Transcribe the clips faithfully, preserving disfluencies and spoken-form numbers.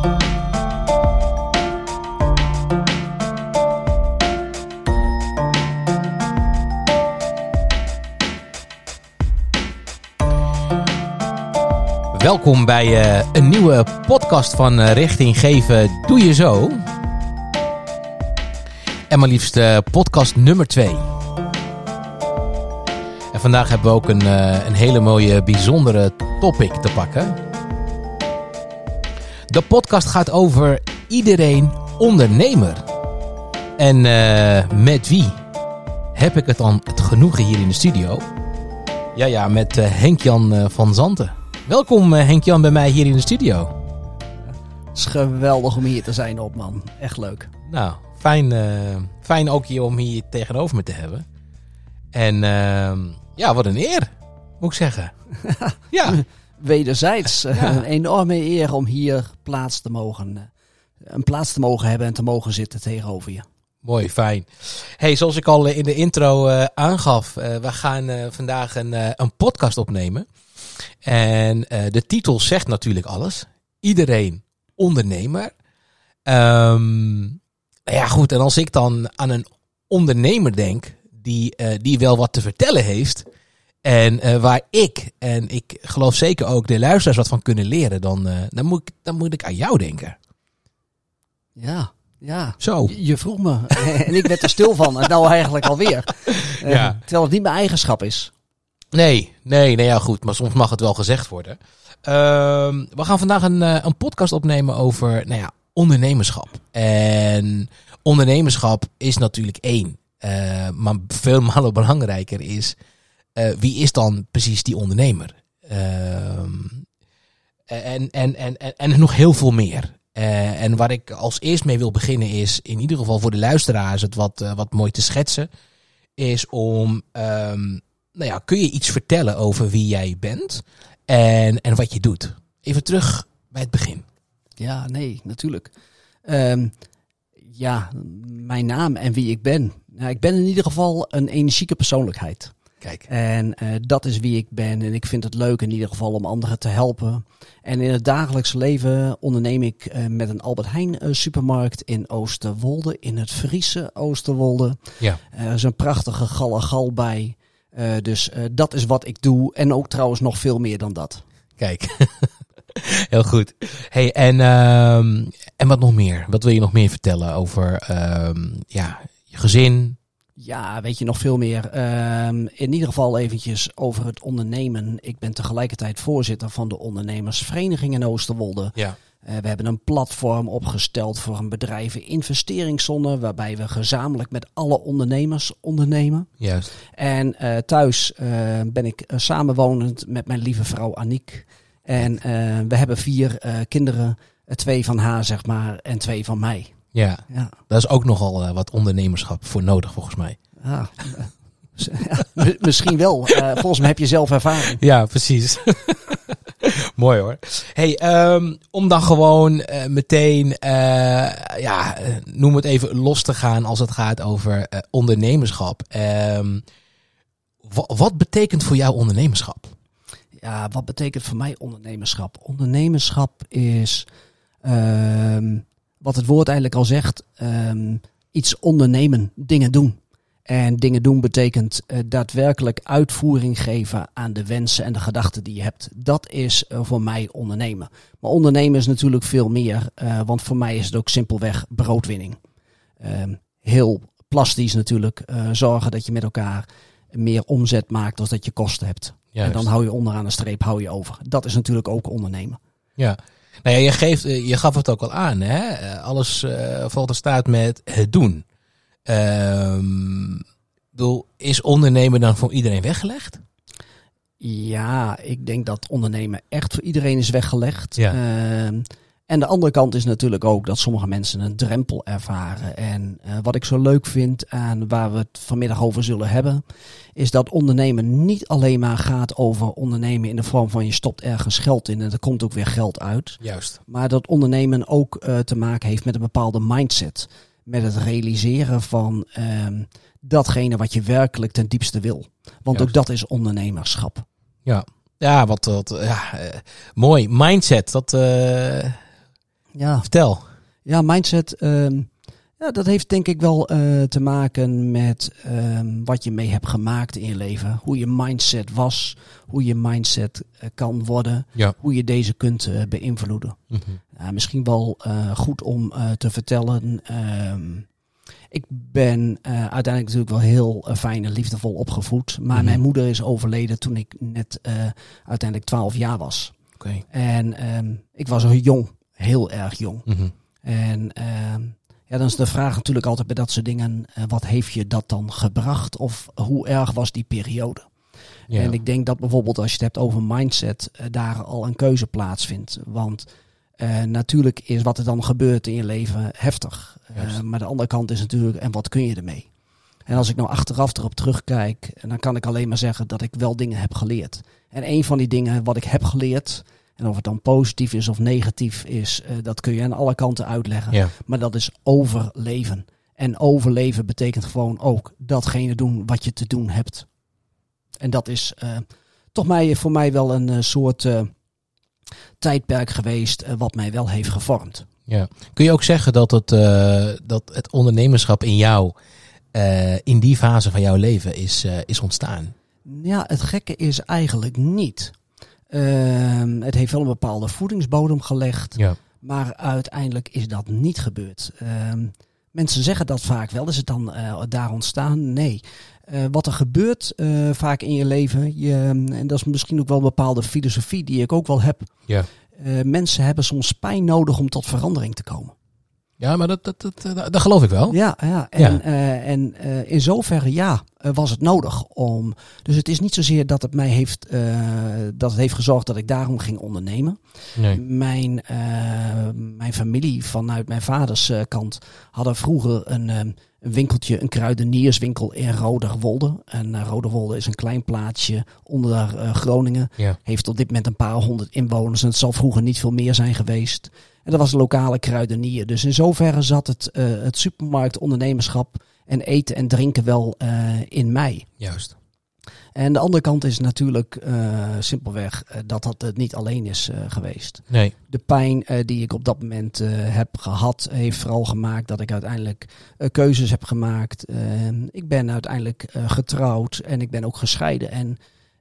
Welkom bij uh, een nieuwe podcast van uh, Richting Geven Doe Je Zo. En maar liefst uh, podcast nummer twee. En vandaag hebben we ook een, uh, een hele mooie, bijzondere topic te pakken. De podcast gaat over iedereen ondernemer. En uh, met wie heb ik het dan het genoegen hier in de studio? Ja, ja, met uh, Henk-Jan uh, van Zanten. Welkom uh, Henk-Jan bij mij hier in de studio. Het is geweldig om hier te zijn, Opman. Echt leuk. Nou, fijn, uh, fijn ook hier om hier tegenover me te hebben. En uh, ja, wat een eer, moet ik zeggen. Ja. Wederzijds. Ja. Een enorme eer om hier plaats te mogen, een plaats te mogen hebben en te mogen zitten tegenover je. Mooi, fijn. Hey, zoals ik al in de intro uh, aangaf, uh, we gaan uh, vandaag een, uh, een podcast opnemen. En uh, de titel zegt natuurlijk alles. Iedereen ondernemer. Um, nou ja, goed. En als ik dan aan een ondernemer denk die, uh, die wel wat te vertellen heeft. En uh, waar ik, en ik geloof zeker ook de luisteraars wat van kunnen leren. Dan, uh, dan, moet, ik, dan moet ik aan jou denken. Ja, ja. Zo. Je, je vroeg me. En ik werd er stil van. En nou eigenlijk alweer. Uh, ja. Terwijl het niet mijn eigenschap is. Nee, nee, nee, ja goed, maar soms mag het wel gezegd worden. Uh, we gaan vandaag een, uh, een podcast opnemen over, nou ja, ondernemerschap. En ondernemerschap is natuurlijk één, uh, maar veel malen belangrijker is, uh, wie is dan precies die ondernemer? Uh, en, en, en, en, en nog heel veel meer. Uh, en waar ik als eerst mee wil beginnen is, in ieder geval voor de luisteraars, het wat, uh, wat mooi te schetsen, is om... Um, Nou ja, kun je iets vertellen over wie jij bent en, en wat je doet? Even terug bij het begin. Ja, nee, natuurlijk. Um, ja, mijn naam en wie ik ben. Nou, ik ben in ieder geval een energieke persoonlijkheid. Kijk. En uh, dat is wie ik ben. En ik vind het leuk in ieder geval om anderen te helpen. En in het dagelijks leven onderneem ik uh, met een Albert Heijn uh, supermarkt in Oosterwolde. In het Friese Oosterwolde. Ja. Uh, er is een prachtige gallegal bij. Uh, dus uh, dat is wat ik doe. En ook trouwens nog veel meer dan dat. Kijk, heel goed. Hey, en, um, en wat nog meer? Wat wil je nog meer vertellen over um, ja, je gezin? Ja, weet je nog veel meer. Um, in ieder geval eventjes over het ondernemen. Ik ben tegelijkertijd voorzitter van de ondernemersvereniging in Oosterwolde. Ja. Uh, we hebben een platform opgesteld voor een bedrijven investeringszone, waarbij we gezamenlijk met alle ondernemers ondernemen. Juist. En uh, thuis uh, ben ik uh, samenwonend met mijn lieve vrouw Aniek. En uh, we hebben vier uh, kinderen, uh, twee van haar zeg maar en twee van mij. Ja, ja. Daar is ook nogal uh, wat ondernemerschap voor nodig volgens mij. Ah, ja, misschien wel. Uh, volgens mij heb je zelf ervaring. Ja, precies. Mooi hoor. Hey, um, om dan gewoon uh, meteen, uh, ja, uh, noem het even los te gaan als het gaat over uh, ondernemerschap. Um, w- wat betekent voor jou ondernemerschap? Ja, wat betekent voor mij ondernemerschap? Ondernemerschap is, um, wat het woord eigenlijk al zegt, um, iets ondernemen, dingen doen. En dingen doen betekent uh, daadwerkelijk uitvoering geven aan de wensen en de gedachten die je hebt. Dat is uh, voor mij ondernemen. Maar ondernemen is natuurlijk veel meer, uh, want voor mij is het ook simpelweg broodwinning. Uh, heel plastisch natuurlijk, uh, zorgen dat je met elkaar meer omzet maakt dan dat je kosten hebt. Juist. En dan hou je onderaan de streep, hou je over. Dat is natuurlijk ook ondernemen. Ja, nou ja, je, geeft, je gaf het ook al aan, hè? Alles uh, valt er staat met het doen. Um, bedoel, is ondernemen dan voor iedereen weggelegd? Ja, ik denk dat ondernemen echt voor iedereen is weggelegd. Ja. Uh, en de andere kant is natuurlijk ook dat sommige mensen een drempel ervaren. En uh, wat ik zo leuk vind aan waar we het vanmiddag over zullen hebben, is dat ondernemen niet alleen maar gaat over ondernemen in de vorm van je stopt ergens geld in en er komt ook weer geld uit. Juist. Maar dat ondernemen ook uh, te maken heeft met een bepaalde mindset. Met het realiseren van um, datgene wat je werkelijk ten diepste wil. Want Juist. Ook dat is ondernemerschap. Ja, ja wat, wat ja, uh, mooi. Mindset, dat... Uh... Ja, Vertel. ja mindset, um, ja, dat heeft denk ik wel uh, te maken met um, wat je mee hebt gemaakt in je leven. Hoe je mindset was, hoe je mindset uh, kan worden, Ja. hoe je deze kunt uh, beïnvloeden. Mm-hmm. Uh, misschien wel uh, goed om uh, te vertellen. Um, ik ben uh, uiteindelijk natuurlijk wel heel uh, fijn en liefdevol opgevoed. Maar Mm-hmm. mijn moeder is overleden toen ik net uh, uiteindelijk twaalf jaar was. Okay. En um, ik was al jong, heel erg jong. Mm-hmm. En um, ja, dan is de vraag natuurlijk altijd bij dat soort dingen, uh, wat heeft je dat dan gebracht? Of hoe erg was die periode? Ja. En ik denk dat bijvoorbeeld als je het hebt over mindset, uh, daar al een keuze plaatsvindt. Want uh, natuurlijk is wat er dan gebeurt in je leven heftig. Uh, maar de andere kant is natuurlijk, en wat kun je ermee? En als ik nou achteraf erop terugkijk, dan kan ik alleen maar zeggen dat ik wel dingen heb geleerd. En een van die dingen wat ik heb geleerd, en of het dan positief is of negatief is, uh, dat kun je aan alle kanten uitleggen. Ja. Maar dat is overleven. En overleven betekent gewoon ook datgene doen wat je te doen hebt. En dat is uh, toch mij, voor mij wel een uh, soort uh, tijdperk geweest uh, wat mij wel heeft gevormd. Ja. Kun je ook zeggen dat het, uh, dat het ondernemerschap in jou, uh, in die fase van jouw leven is, uh, is ontstaan? Ja, het gekke is eigenlijk niet. Uh, het heeft wel een bepaalde voedingsbodem gelegd. Ja. Maar uiteindelijk is dat niet gebeurd. Uh, mensen zeggen dat vaak wel. Is het dan uh, daar ontstaan? Nee. Uh, wat er gebeurt uh, vaak in je leven. Je, en dat is misschien ook wel een bepaalde filosofie die ik ook wel heb. Ja. Uh, mensen hebben soms pijn nodig om tot verandering te komen. Ja, maar dat, dat, dat, dat, dat geloof ik wel. Ja, ja. En, Ja. uh, en uh, in zoverre ja, uh, was het nodig om. Dus het is niet zozeer dat het mij heeft, uh, dat het heeft gezorgd dat ik daarom ging ondernemen. Nee. Mijn, uh, mijn familie vanuit mijn vaders uh, kant hadden vroeger een, uh, een winkeltje, een kruidenierswinkel in Roderwolde. En uh, Roderwolde is een klein plaatsje onder uh, Groningen. Ja. Heeft op dit moment een paar honderd inwoners. En het zal vroeger niet veel meer zijn geweest. En dat was een lokale kruidenier. Dus in zoverre zat het, uh, het supermarktondernemerschap en eten en drinken wel uh, in mij. Juist. En de andere kant is natuurlijk uh, simpelweg uh, dat dat het niet alleen is uh, geweest. Nee. De pijn uh, die ik op dat moment uh, heb gehad, heeft vooral gemaakt dat ik uiteindelijk uh, keuzes heb gemaakt. Uh, ik ben uiteindelijk uh, getrouwd en ik ben ook gescheiden. En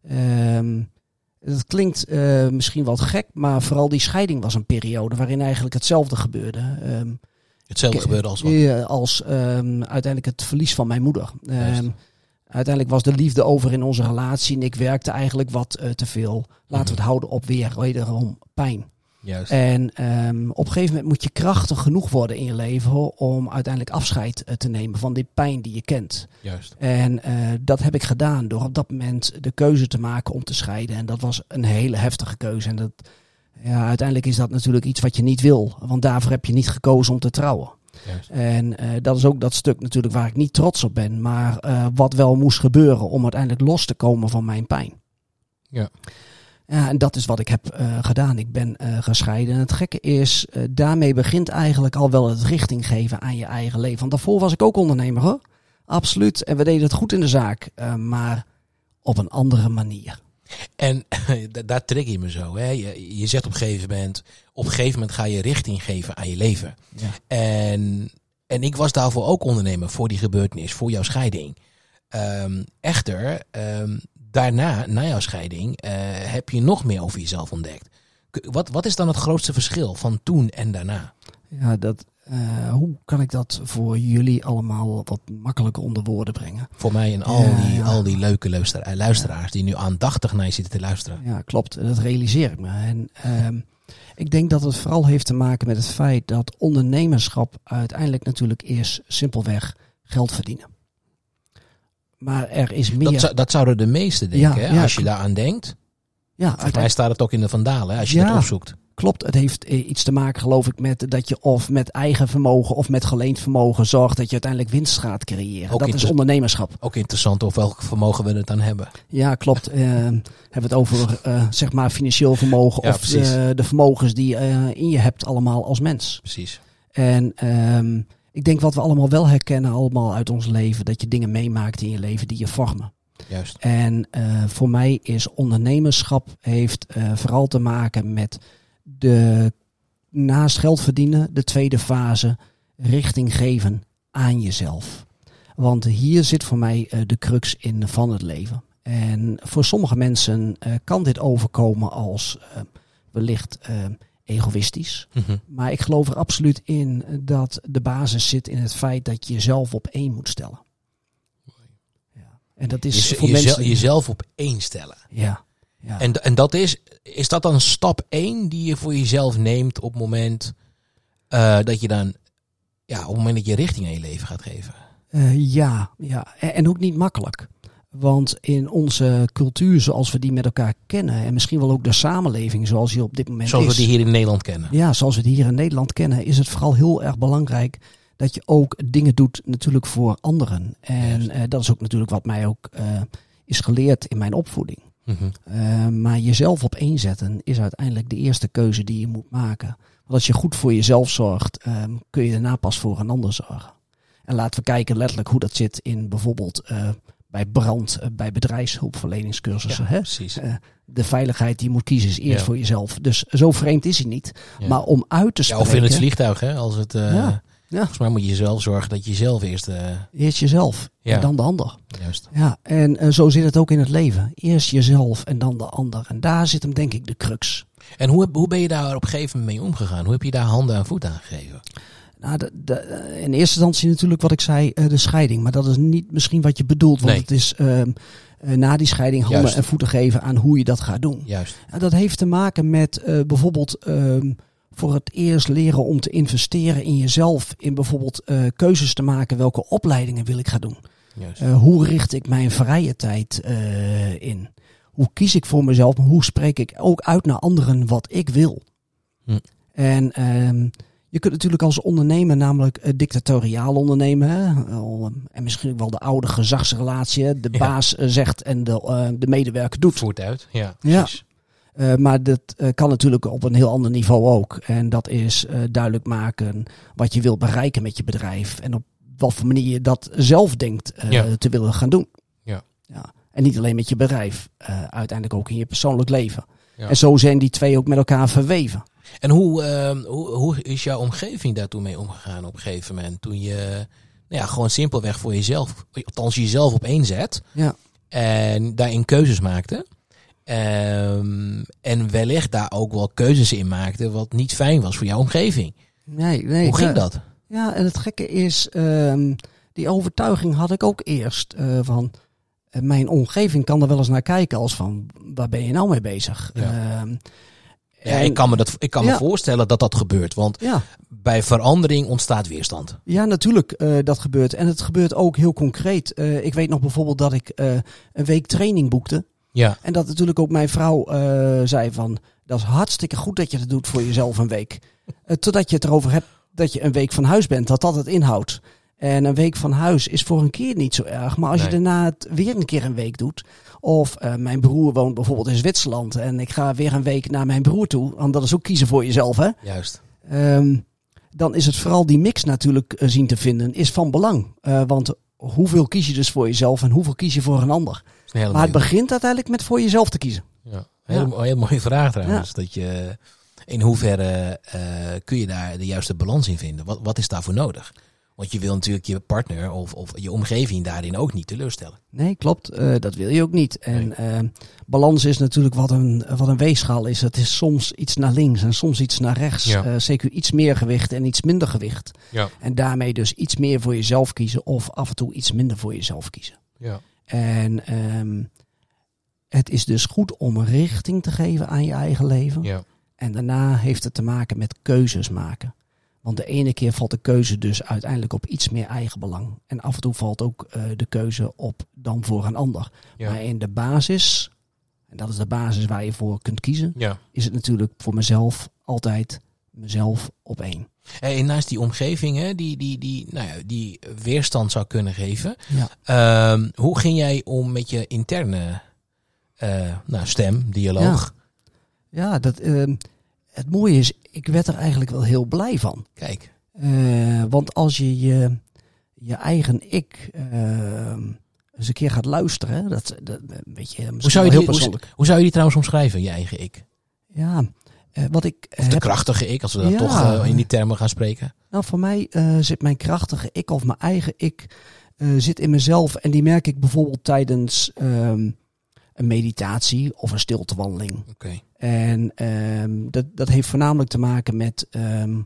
uh, het klinkt uh, misschien wat gek, maar vooral die scheiding was een periode waarin eigenlijk hetzelfde gebeurde. Um, Hetzelfde ik, gebeurde als wat? Uh, als um, uiteindelijk het verlies van mijn moeder. Um, uiteindelijk was de liefde over in onze relatie en ik werkte eigenlijk wat uh, te veel. Laten mm-hmm. we het houden op weer wederom pijn. Juist. En um, op een gegeven moment moet je krachtig genoeg worden in je leven om uiteindelijk afscheid uh, te nemen van die pijn die je kent. Juist. En uh, dat heb ik gedaan door op dat moment de keuze te maken om te scheiden. En dat was een hele heftige keuze. En dat, ja, uiteindelijk is dat natuurlijk iets wat je niet wil. Want daarvoor heb je niet gekozen om te trouwen. Juist. En uh, dat is ook dat stuk natuurlijk waar ik niet trots op ben. Maar uh, wat wel moest gebeuren om uiteindelijk los te komen van mijn pijn. Ja. Ja, en dat is wat ik heb uh, gedaan. Ik ben uh, gescheiden. En het gekke is, uh, daarmee begint eigenlijk al wel het richting geven aan je eigen leven. Want daarvoor was ik ook ondernemer, hoor. Absoluut. En we deden het goed in de zaak. Uh, maar op een andere manier. En daar trek je me zo. Hè? Je, je zegt op een gegeven moment, op een gegeven moment ga je richting geven aan je leven. Ja. En, en ik was daarvoor ook ondernemer voor die gebeurtenis, voor jouw scheiding. Um, echter, um, daarna, na jouw scheiding, uh, heb je nog meer over jezelf ontdekt. Wat, wat is dan het grootste verschil van toen en daarna? Ja, dat, uh, hoe kan ik dat voor jullie allemaal wat makkelijker onder woorden brengen? Voor mij en al, ja, die, ja. al die leuke luistera- luisteraars die nu aandachtig naar je zitten te luisteren. Ja, klopt. Dat realiseer ik me. En um, ik denk dat het vooral heeft te maken met het feit dat ondernemerschap uiteindelijk natuurlijk is simpelweg geld verdienen. Maar er is meer... Dat, zou, dat zouden de meesten denken, Ja, hè? ja, Als je daaraan denkt. Ja, Volgens mij staat het ook in de Vandalen, als je Ja. dat opzoekt. Klopt, het heeft iets te maken geloof ik met dat je of met eigen vermogen of met geleend vermogen zorgt dat je uiteindelijk winst gaat creëren. Ook dat inter- is ondernemerschap. Ook interessant of welk vermogen we het dan hebben. Ja, klopt. Uh, hebben we het over uh, zeg maar financieel vermogen Ja, of de, de vermogens die je uh, in je hebt allemaal als mens. Precies. En um, ik denk wat we allemaal wel herkennen allemaal uit ons leven, dat je dingen meemaakt in je leven die je vormen. Juist. En uh, voor mij is ondernemerschap heeft uh, vooral te maken met de naast geld verdienen, de tweede fase, richting geven aan jezelf. Want hier zit voor mij uh, de crux in van het leven. En voor sommige mensen uh, kan dit overkomen als uh, wellicht uh, egoïstisch. Mm-hmm. Maar ik geloof er absoluut in dat de basis zit in het feit dat je jezelf op één moet stellen. Ja. En dat is je, voor jezelf, mensen... jezelf op één stellen. Ja. ja. En, en dat is, is dat dan stap één die je voor jezelf neemt op het moment uh, dat je dan, ja, op het moment dat je richting aan je leven gaat geven? Uh, ja, ja. En, en ook niet makkelijk. Want in onze cultuur zoals we die met elkaar kennen, en misschien wel ook de samenleving zoals die op dit moment zoals is. Zoals we die hier in Nederland kennen. Ja, zoals we die hier in Nederland kennen, is het vooral heel erg belangrijk dat je ook dingen doet natuurlijk voor anderen. En uh, dat is ook natuurlijk wat mij ook uh, is geleerd in mijn opvoeding. Mm-hmm. Uh, maar jezelf op één zetten is uiteindelijk de eerste keuze die je moet maken. Want als je goed voor jezelf zorgt, uh, kun je daarna pas voor een ander zorgen. En laten we kijken letterlijk hoe dat zit in bijvoorbeeld uh, bij brand, uh, bij bedrijfshulpverleningscursussen. Ja, hè? Precies. Uh, de veiligheid die je moet kiezen is eerst ja. voor jezelf. Dus zo vreemd is hij niet. Ja. Maar om uit te spreken... Ja, of in het vliegtuig, hè? Als het, uh, ja. Ja. Volgens mij moet je zelf zorgen dat je zelf eerst... Uh... Eerst jezelf ja. en dan de ander. Juist. Ja, en uh, zo zit het ook in het leven. Eerst jezelf en dan de ander. En daar zit hem denk ik de crux. En hoe, hoe ben je daar op een gegeven moment mee omgegaan? Hoe heb je daar handen en voeten aan gegeven? Nou, de, de, in eerste instantie natuurlijk wat ik zei, uh, de scheiding. Maar dat is niet misschien wat je bedoelt. Want nee. het is uh, uh, na die scheiding handen Juist. en voeten geven aan hoe je dat gaat doen. Juist. En dat heeft te maken met uh, bijvoorbeeld uh, voor het eerst leren om te investeren in jezelf. In bijvoorbeeld uh, keuzes te maken welke opleidingen wil ik gaan doen. Uh, hoe richt ik mijn vrije tijd uh, in? Hoe kies ik voor mezelf? Hoe spreek ik ook uit naar anderen wat ik wil? Hm. En... Uh, Je kunt natuurlijk als ondernemer namelijk uh, dictatoriaal ondernemen. Hè? En misschien wel de oude gezagsrelatie. De ja. baas uh, zegt en de, uh, de medewerker doet. Voert uit, ja. ja. Uh, maar dat uh, kan natuurlijk op een heel ander niveau ook. En dat is uh, duidelijk maken wat je wilt bereiken met je bedrijf. En op wat voor manier je dat zelf denkt uh, ja. te willen gaan doen. Ja. Ja. En niet alleen met je bedrijf. Uh, uiteindelijk ook in je persoonlijk leven. Ja. En zo zijn die twee ook met elkaar verweven. En hoe, uh, hoe, hoe is jouw omgeving daartoe mee omgegaan op een gegeven moment? Toen je nou ja, gewoon simpelweg voor jezelf, althans jezelf op één zet. Ja. En daarin keuzes maakte. Um, en wellicht daar ook wel keuzes in maakte wat niet fijn was voor jouw omgeving. Nee, nee. Hoe ging uh, dat? Ja, en het gekke is, um, die overtuiging had ik ook eerst uh, van... Uh, mijn omgeving kan er wel eens naar kijken als van, waar ben je nou mee bezig? Ja. Um, Ja, en, ik kan me, dat, ik kan ja. me voorstellen dat dat gebeurt. Want ja. bij verandering ontstaat weerstand. Ja, natuurlijk uh, dat gebeurt. En het gebeurt ook heel concreet. Uh, ik weet nog bijvoorbeeld dat ik uh, een week training boekte. Ja. En dat natuurlijk ook mijn vrouw uh, zei van... dat is hartstikke goed dat je het doet voor jezelf een week. Uh, totdat je het erover hebt dat je een week van huis bent. Dat dat het inhoudt. En een week van huis is voor een keer niet zo erg. Maar als nee. je daarna het weer een keer een week doet... Of uh, mijn broer woont bijvoorbeeld in Zwitserland... en ik ga weer een week naar mijn broer toe... want dat is ook kiezen voor jezelf, hè? Juist. Um, dan is het vooral die mix natuurlijk uh, zien te vinden... is van belang. Uh, want hoeveel kies je dus voor jezelf... en hoeveel kies je voor een ander? Maar mooie. Het begint uiteindelijk met voor jezelf te kiezen. Ja, een hele, ja. hele mooie vraag trouwens. Ja. Dat je, in hoeverre uh, kun je daar de juiste balans in vinden? Wat, wat is daarvoor nodig? Want je wil natuurlijk je partner of, of je omgeving daarin ook niet teleurstellen. Nee, klopt. Uh, dat wil je ook niet. En nee. uh, balans is natuurlijk wat een, wat een weegschaal is. Het is soms iets naar links en soms iets naar rechts. Ja. Uh, zeker iets meer gewicht en iets minder gewicht. Ja. En daarmee dus iets meer voor jezelf kiezen of af en toe iets minder voor jezelf kiezen. Ja. En um, het is dus goed om een richting te geven aan je eigen leven. Ja. En daarna heeft het te maken met keuzes maken. Want de ene keer valt de keuze dus uiteindelijk op iets meer eigen belang. En af en toe valt ook uh, de keuze op dan voor een ander. Ja. Maar in de basis, en dat is de basis waar je voor kunt kiezen, ja. is het natuurlijk voor mezelf altijd mezelf op één. En naast die omgeving, hè, die, die, die, nou ja, die weerstand zou kunnen geven. Ja. Um, hoe ging jij om met je interne uh, nou, stem, dialoog? Ja, ja dat... Uh, Het mooie is, ik werd er eigenlijk wel heel blij van. Kijk. Uh, want als je je, je eigen ik uh, eens een keer gaat luisteren, dat, dat een beetje hoe zou, je heel die, persoonlijk. Hoe, hoe zou je die trouwens omschrijven, je eigen ik? Ja, uh, wat ik Of de heb, krachtige ik, als we dan Ja. toch uh, in die termen gaan spreken. Nou, voor mij uh, zit mijn krachtige ik of mijn eigen ik uh, zit in mezelf. En die merk ik bijvoorbeeld tijdens um, een meditatie of een stiltewandeling. Oké. Okay. En um, dat, dat heeft voornamelijk te maken met, um,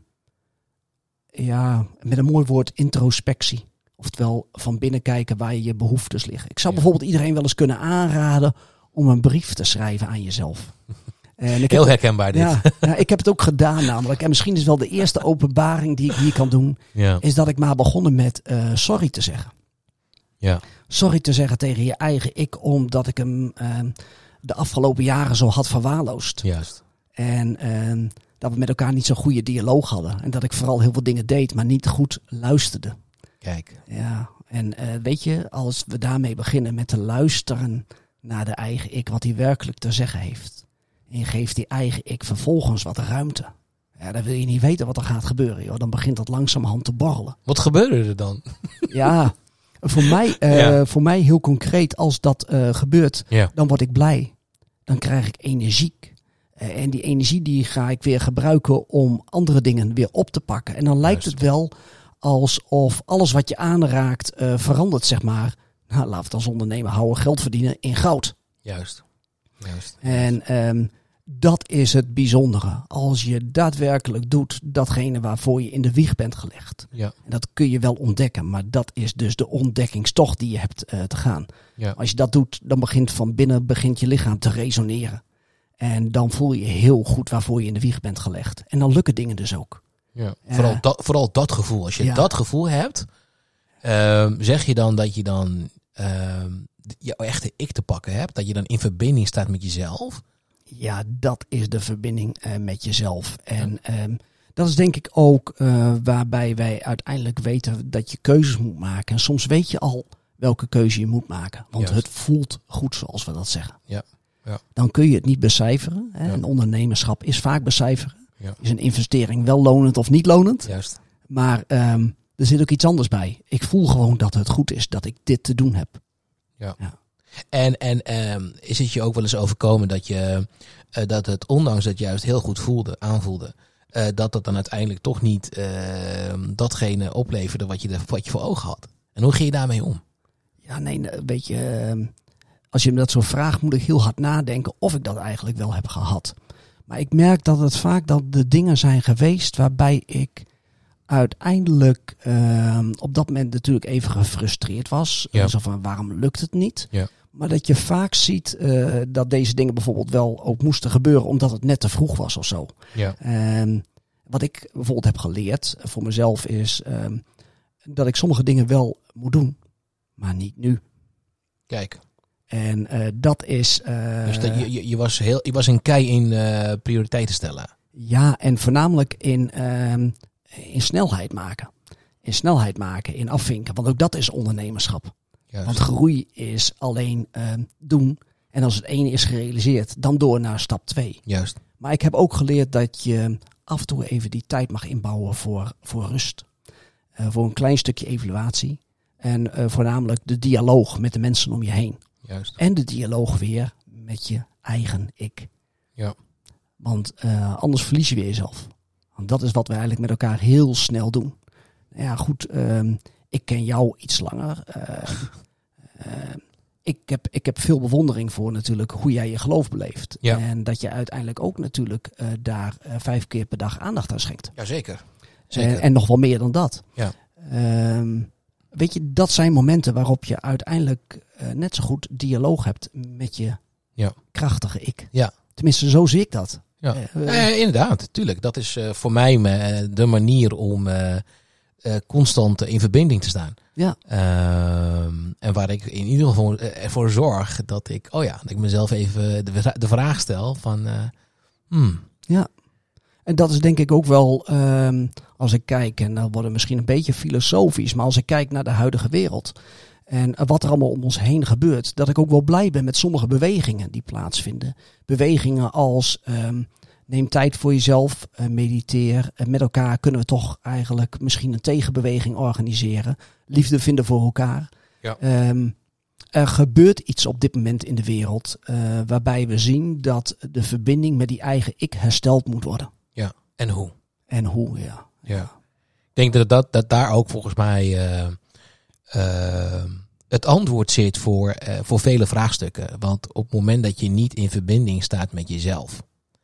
ja, met een mooi woord, introspectie. Oftewel van binnen kijken waar je behoeftes liggen. Ik zou ja. bijvoorbeeld iedereen wel eens kunnen aanraden om een brief te schrijven aan jezelf. En ik Heel heb, herkenbaar dit. Ja, ja, ik heb het ook gedaan namelijk. En misschien is wel de eerste openbaring die ik hier kan doen. Ja. Is dat ik maar begonnen met uh, sorry te zeggen. Ja. Sorry te zeggen tegen je eigen ik. Omdat ik hem uh, de afgelopen jaren zo had verwaarloosd. Juist. En uh, dat we met elkaar niet zo'n goede dialoog hadden. En dat ik vooral heel veel dingen deed, maar niet goed luisterde. Kijk. Ja, en uh, weet je, als we daarmee beginnen met te luisteren naar de eigen ik. Wat hij werkelijk te zeggen heeft. En je geeft die eigen ik vervolgens wat ruimte. Ja, dan wil je niet weten wat er gaat gebeuren. Joh. Dan begint dat langzamerhand te borrelen. Wat gebeurde er dan? Ja, voor mij, uh, ja. voor mij heel concreet, als dat uh, gebeurt, ja. dan word ik blij. Dan krijg ik energiek. Uh, en die energie die ga ik weer gebruiken om andere dingen weer op te pakken. En dan lijkt Juist. het wel alsof alles wat je aanraakt uh, verandert, zeg maar. Nou, laten we het als ondernemer houden, geld verdienen in goud. Juist. Juist. En um, dat is het bijzondere. Als je daadwerkelijk doet datgene waarvoor je in de wieg bent gelegd. Ja. En dat kun je wel ontdekken. Maar dat is dus de ontdekkingstocht die je hebt uh, te gaan. Ja. Als je dat doet, dan begint van binnen begint je lichaam te resoneren. En dan voel je heel goed waarvoor je in de wieg bent gelegd. En dan lukken dingen dus ook. Ja. Uh, vooral, dat, vooral dat gevoel. Als je ja. dat gevoel hebt, uh, zeg je dan dat je dan uh, jouw echte ik te pakken hebt? Dat je dan in verbinding staat met jezelf? Ja, dat is de verbinding uh, met jezelf. En ja. um, dat is denk ik ook uh, waarbij wij uiteindelijk weten dat je keuzes moet maken. En soms weet je al welke keuze je moet maken. Want Juist. het voelt goed, zoals we dat zeggen. Ja. Ja. Dan kun je het niet becijferen. Hè. Ja. Een ondernemerschap is vaak becijferen. Ja. Is een investering wel lonend of niet lonend? Juist. Maar um, er zit ook iets anders bij. Ik voel gewoon dat het goed is dat ik dit te doen heb. Ja. ja. En, en um, is het je ook wel eens overkomen dat je uh, dat het, ondanks dat je juist heel goed voelde, aanvoelde, uh, dat dat dan uiteindelijk toch niet uh, datgene opleverde wat je, de, wat je voor ogen had? En hoe ging je daarmee om? Ja, nee, weet je, uh, als je me dat zo vraagt, moet ik heel hard nadenken of ik dat eigenlijk wel heb gehad. Maar ik merk dat het vaak dat de dingen zijn geweest waarbij ik uiteindelijk uh, op dat moment natuurlijk even gefrustreerd was. Ja. Zo van, waarom lukt het niet? Ja. Maar dat je vaak ziet uh, dat deze dingen bijvoorbeeld wel ook moesten gebeuren omdat het net te vroeg was of zo. Ja. Um, wat ik bijvoorbeeld heb geleerd voor mezelf is um, dat ik sommige dingen wel moet doen, maar niet nu. Kijk. En uh, dat is... Uh, dus dat je, je, je, was heel, je was een kei in uh, prioriteiten stellen. Ja, en voornamelijk in, uh, in snelheid maken. In snelheid maken, in afvinken. Want ook dat is ondernemerschap. Juist. Want groei is alleen uh, doen. En als het ene is gerealiseerd, dan door naar stap twee. Juist. Maar ik heb ook geleerd dat je af en toe even die tijd mag inbouwen voor, voor rust. Uh, voor een klein stukje evaluatie. En uh, voornamelijk de dialoog met de mensen om je heen. Juist. En de dialoog weer met je eigen ik. Ja. Want uh, anders verlies je weer jezelf. Want dat is wat we eigenlijk met elkaar heel snel doen. Ja, goed, uh, ik ken jou iets langer. Uh, uh, ik, heb, ik heb veel bewondering voor natuurlijk hoe jij je geloof beleeft. Ja. En dat je uiteindelijk ook natuurlijk uh, daar uh, vijf keer per dag aandacht aan schenkt. Jazeker. Zeker. Uh, en nog wel meer dan dat. Ja. Uh, weet je, dat zijn momenten waarop je uiteindelijk uh, net zo goed dialoog hebt met je ja. krachtige ik. Ja. Tenminste, zo zie ik dat. Ja, uh, uh, inderdaad, tuurlijk. Dat is uh, voor mij me, de manier om uh, uh, constant in verbinding te staan. Ja. Uh, en waar ik in ieder geval ervoor zorg dat ik, oh ja, dat ik mezelf even de, de vraag stel van, uh, hmm. Ja. En dat is denk ik ook wel, um, als ik kijk, en dan wordt het misschien een beetje filosofisch, maar als ik kijk naar de huidige wereld en wat er allemaal om ons heen gebeurt, dat ik ook wel blij ben met sommige bewegingen die plaatsvinden. Bewegingen als um, neem tijd voor jezelf, uh, mediteer. En met elkaar kunnen we toch eigenlijk misschien een tegenbeweging organiseren. Liefde vinden voor elkaar. Ja. Um, er gebeurt iets op dit moment in de wereld uh, waarbij we zien dat de verbinding met die eigen ik hersteld moet worden. Ja, en hoe? En hoe, ja. Ja. Ik denk dat, dat, dat daar ook volgens mij uh, uh, het antwoord zit voor, uh, voor vele vraagstukken. Want op het moment dat je niet in verbinding staat met jezelf,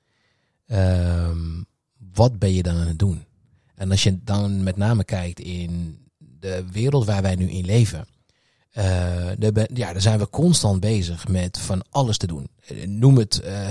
uh, wat ben je dan aan het doen? En als je dan met name kijkt in de wereld waar wij nu in leven, uh, de, ja, daar zijn we constant bezig met van alles te doen. Noem het, uh,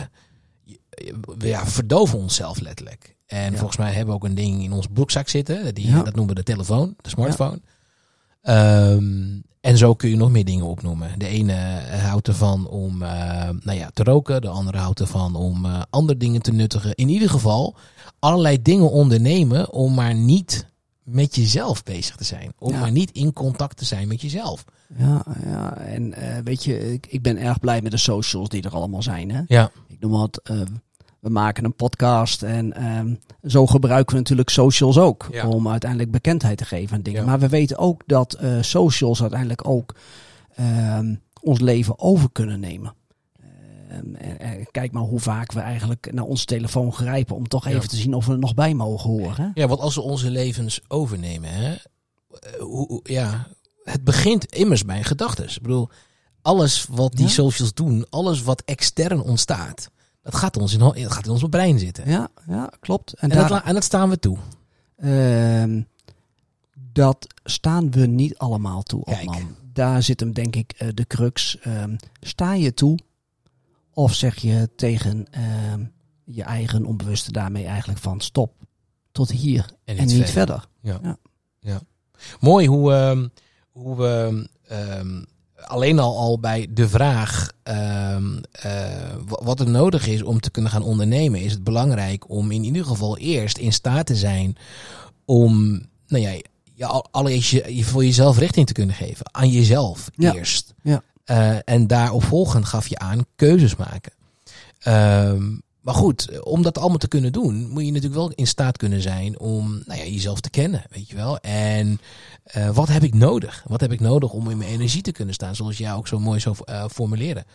ja, verdoven onszelf letterlijk. En ja. volgens mij hebben we ook een ding in ons broekzak zitten. Die, ja. Dat noemen we de telefoon, de smartphone. Ja. Um, en zo kun je nog meer dingen opnoemen. De ene houdt ervan om uh, nou ja, te roken. De andere houdt ervan om uh, andere dingen te nuttigen. In ieder geval allerlei dingen ondernemen om maar niet met jezelf bezig te zijn. Om ja. maar niet in contact te zijn met jezelf. Ja, ja. En uh, weet je, ik, ik ben erg blij met de socials die er allemaal zijn. Hè? Ja. Ik noem wat... Uh, We maken een podcast en um, zo gebruiken we natuurlijk socials ook. Ja. Om uiteindelijk bekendheid te geven aan dingen. Ja. Maar we weten ook dat uh, socials uiteindelijk ook um, ons leven over kunnen nemen. Um, en, en kijk maar hoe vaak we eigenlijk naar onze telefoon grijpen om toch even ja. te zien of we er nog bij mogen horen. Ja, want als we onze levens overnemen, hè, hoe, ja, het begint immers bij gedachten. Ik bedoel, alles wat die ja. socials doen, alles wat extern ontstaat, Dat gaat, ons in, dat gaat in ons brein zitten. Ja, ja klopt. En, en, daar, dat, en dat staan we toe. Uh, dat staan we niet allemaal toe. Man. Daar zit hem denk ik uh, de crux. Uh, sta je toe? Of zeg je tegen uh, je eigen onbewuste daarmee eigenlijk van stop. Tot hier en, en niet verder. verder. Ja. Ja. Ja. Mooi hoe, uh, hoe we... Uh, Alleen al, al bij de vraag uh, uh, wat er nodig is om te kunnen gaan ondernemen, is het belangrijk om in ieder geval eerst in staat te zijn om nou ja, je, allereerst je, je voor jezelf richting te kunnen geven. Aan jezelf ja. eerst. Ja. Uh, en daaropvolgend gaf je aan keuzes maken. Uh, maar goed, om dat allemaal te kunnen doen, moet je natuurlijk wel in staat kunnen zijn om nou ja, jezelf te kennen, weet je wel. En uh, wat heb ik nodig? Wat heb ik nodig om in mijn energie te kunnen staan, zoals jij ook zo mooi zo uh, formuleren.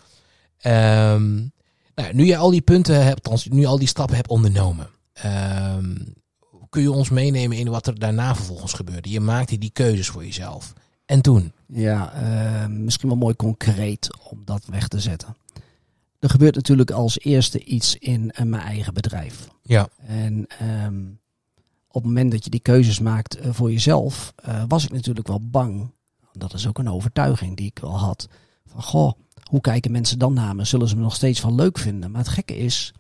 Um, nou, nu je al die punten hebt, nu al die stappen hebt ondernomen, um, kun je ons meenemen in wat er daarna vervolgens gebeurde. Je maakte die keuzes voor jezelf. En toen? Ja, uh, misschien wel mooi concreet om dat weg te zetten. Er gebeurt natuurlijk als eerste iets in uh, mijn eigen bedrijf. Ja. En um, op het moment dat je die keuzes maakt uh, voor jezelf, uh, was ik natuurlijk wel bang. Dat is ook een overtuiging die ik wel had. Van goh, hoe kijken mensen dan naar me? Zullen ze me nog steeds wel leuk vinden? Maar het gekke is,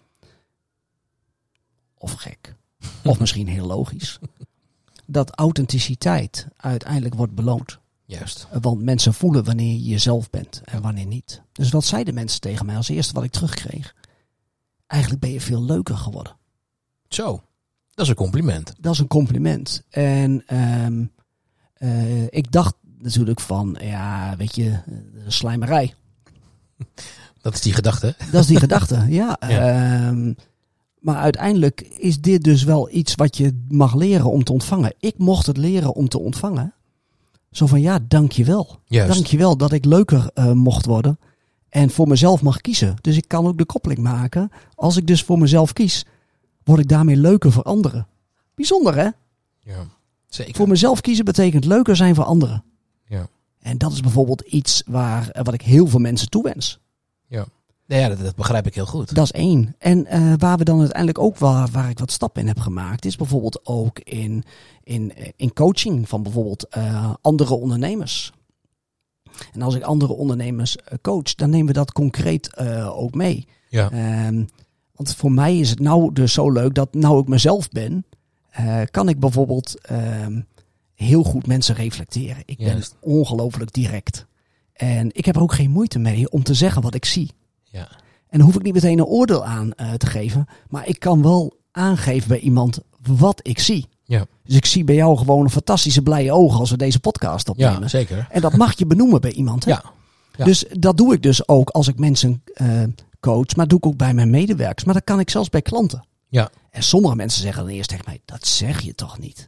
of gek, of misschien heel logisch, dat authenticiteit uiteindelijk wordt beloond. Juist. Want mensen voelen wanneer je jezelf bent en wanneer niet. Dus wat zeiden mensen tegen mij als eerste wat ik terugkreeg? Eigenlijk ben je veel leuker geworden. Zo, dat is een compliment. Dat is een compliment. En um, uh, ik dacht natuurlijk van, ja, weet je, slijmerij. Dat is die gedachte. Dat is die gedachte, ja. ja. Um, maar uiteindelijk is dit dus wel iets wat je mag leren om te ontvangen. Ik mocht het leren om te ontvangen. Zo van ja, dankjewel. Juist. Dankjewel dat ik leuker uh, mocht worden. En voor mezelf mag kiezen. Dus ik kan ook de koppeling maken. Als ik dus voor mezelf kies, word ik daarmee leuker voor anderen. Bijzonder hè? Ja, zeker. Voor mezelf kiezen betekent leuker zijn voor anderen. Ja. En dat is bijvoorbeeld iets waar, wat ik heel veel mensen toewens. Ja, ja dat, dat begrijp ik heel goed. Dat is één. En uh, waar we dan uiteindelijk ook waar, waar ik wat stappen in heb gemaakt, is bijvoorbeeld ook in, in, in coaching van bijvoorbeeld uh, andere ondernemers. En als ik andere ondernemers uh, coach, dan nemen we dat concreet uh, ook mee. Ja. Um, want voor mij is het nou dus zo leuk dat nou ik mezelf ben, uh, kan ik bijvoorbeeld um, heel goed mensen reflecteren. Ik Juist. ben ongelooflijk direct. En ik heb er ook geen moeite mee om te zeggen wat ik zie. Ja. En dan hoef ik niet meteen een oordeel aan uh, te geven. Maar ik kan wel aangeven bij iemand wat ik zie. Ja. Dus ik zie bij jou gewoon een fantastische blije ogen als we deze podcast opnemen. Ja, zeker. En dat mag je benoemen bij iemand. Hè? Ja. Ja. Dus dat doe ik dus ook als ik mensen uh, coach. Maar doe ik ook bij mijn medewerkers. Maar dat kan ik zelfs bij klanten. Ja. En sommige mensen zeggen dan eerst tegen mij, dat zeg je toch niet?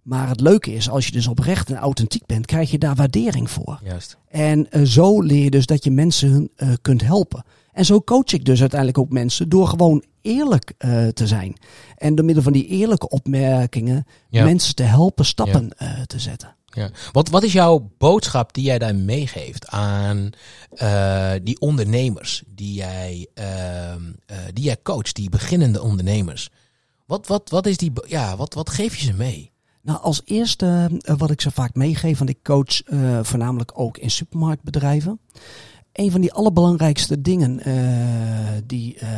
Maar het leuke is, als je dus oprecht en authentiek bent, krijg je daar waardering voor. Juist. En uh, zo leer je dus dat je mensen uh, kunt helpen. En zo coach ik dus uiteindelijk ook mensen door gewoon eerlijk uh, te zijn. En door middel van die eerlijke opmerkingen ja. mensen te helpen stappen ja. uh, te zetten. Ja. Wat, wat is jouw boodschap die jij daar meegeeft aan uh, die ondernemers die jij, uh, uh, die jij coacht, die beginnende ondernemers? Wat, wat, wat, is die, ja, wat, wat geef je ze mee? Nou, als eerste uh, wat ik ze vaak meegeef, want ik coach uh, voornamelijk ook in supermarktbedrijven. Een van die allerbelangrijkste dingen uh, die uh,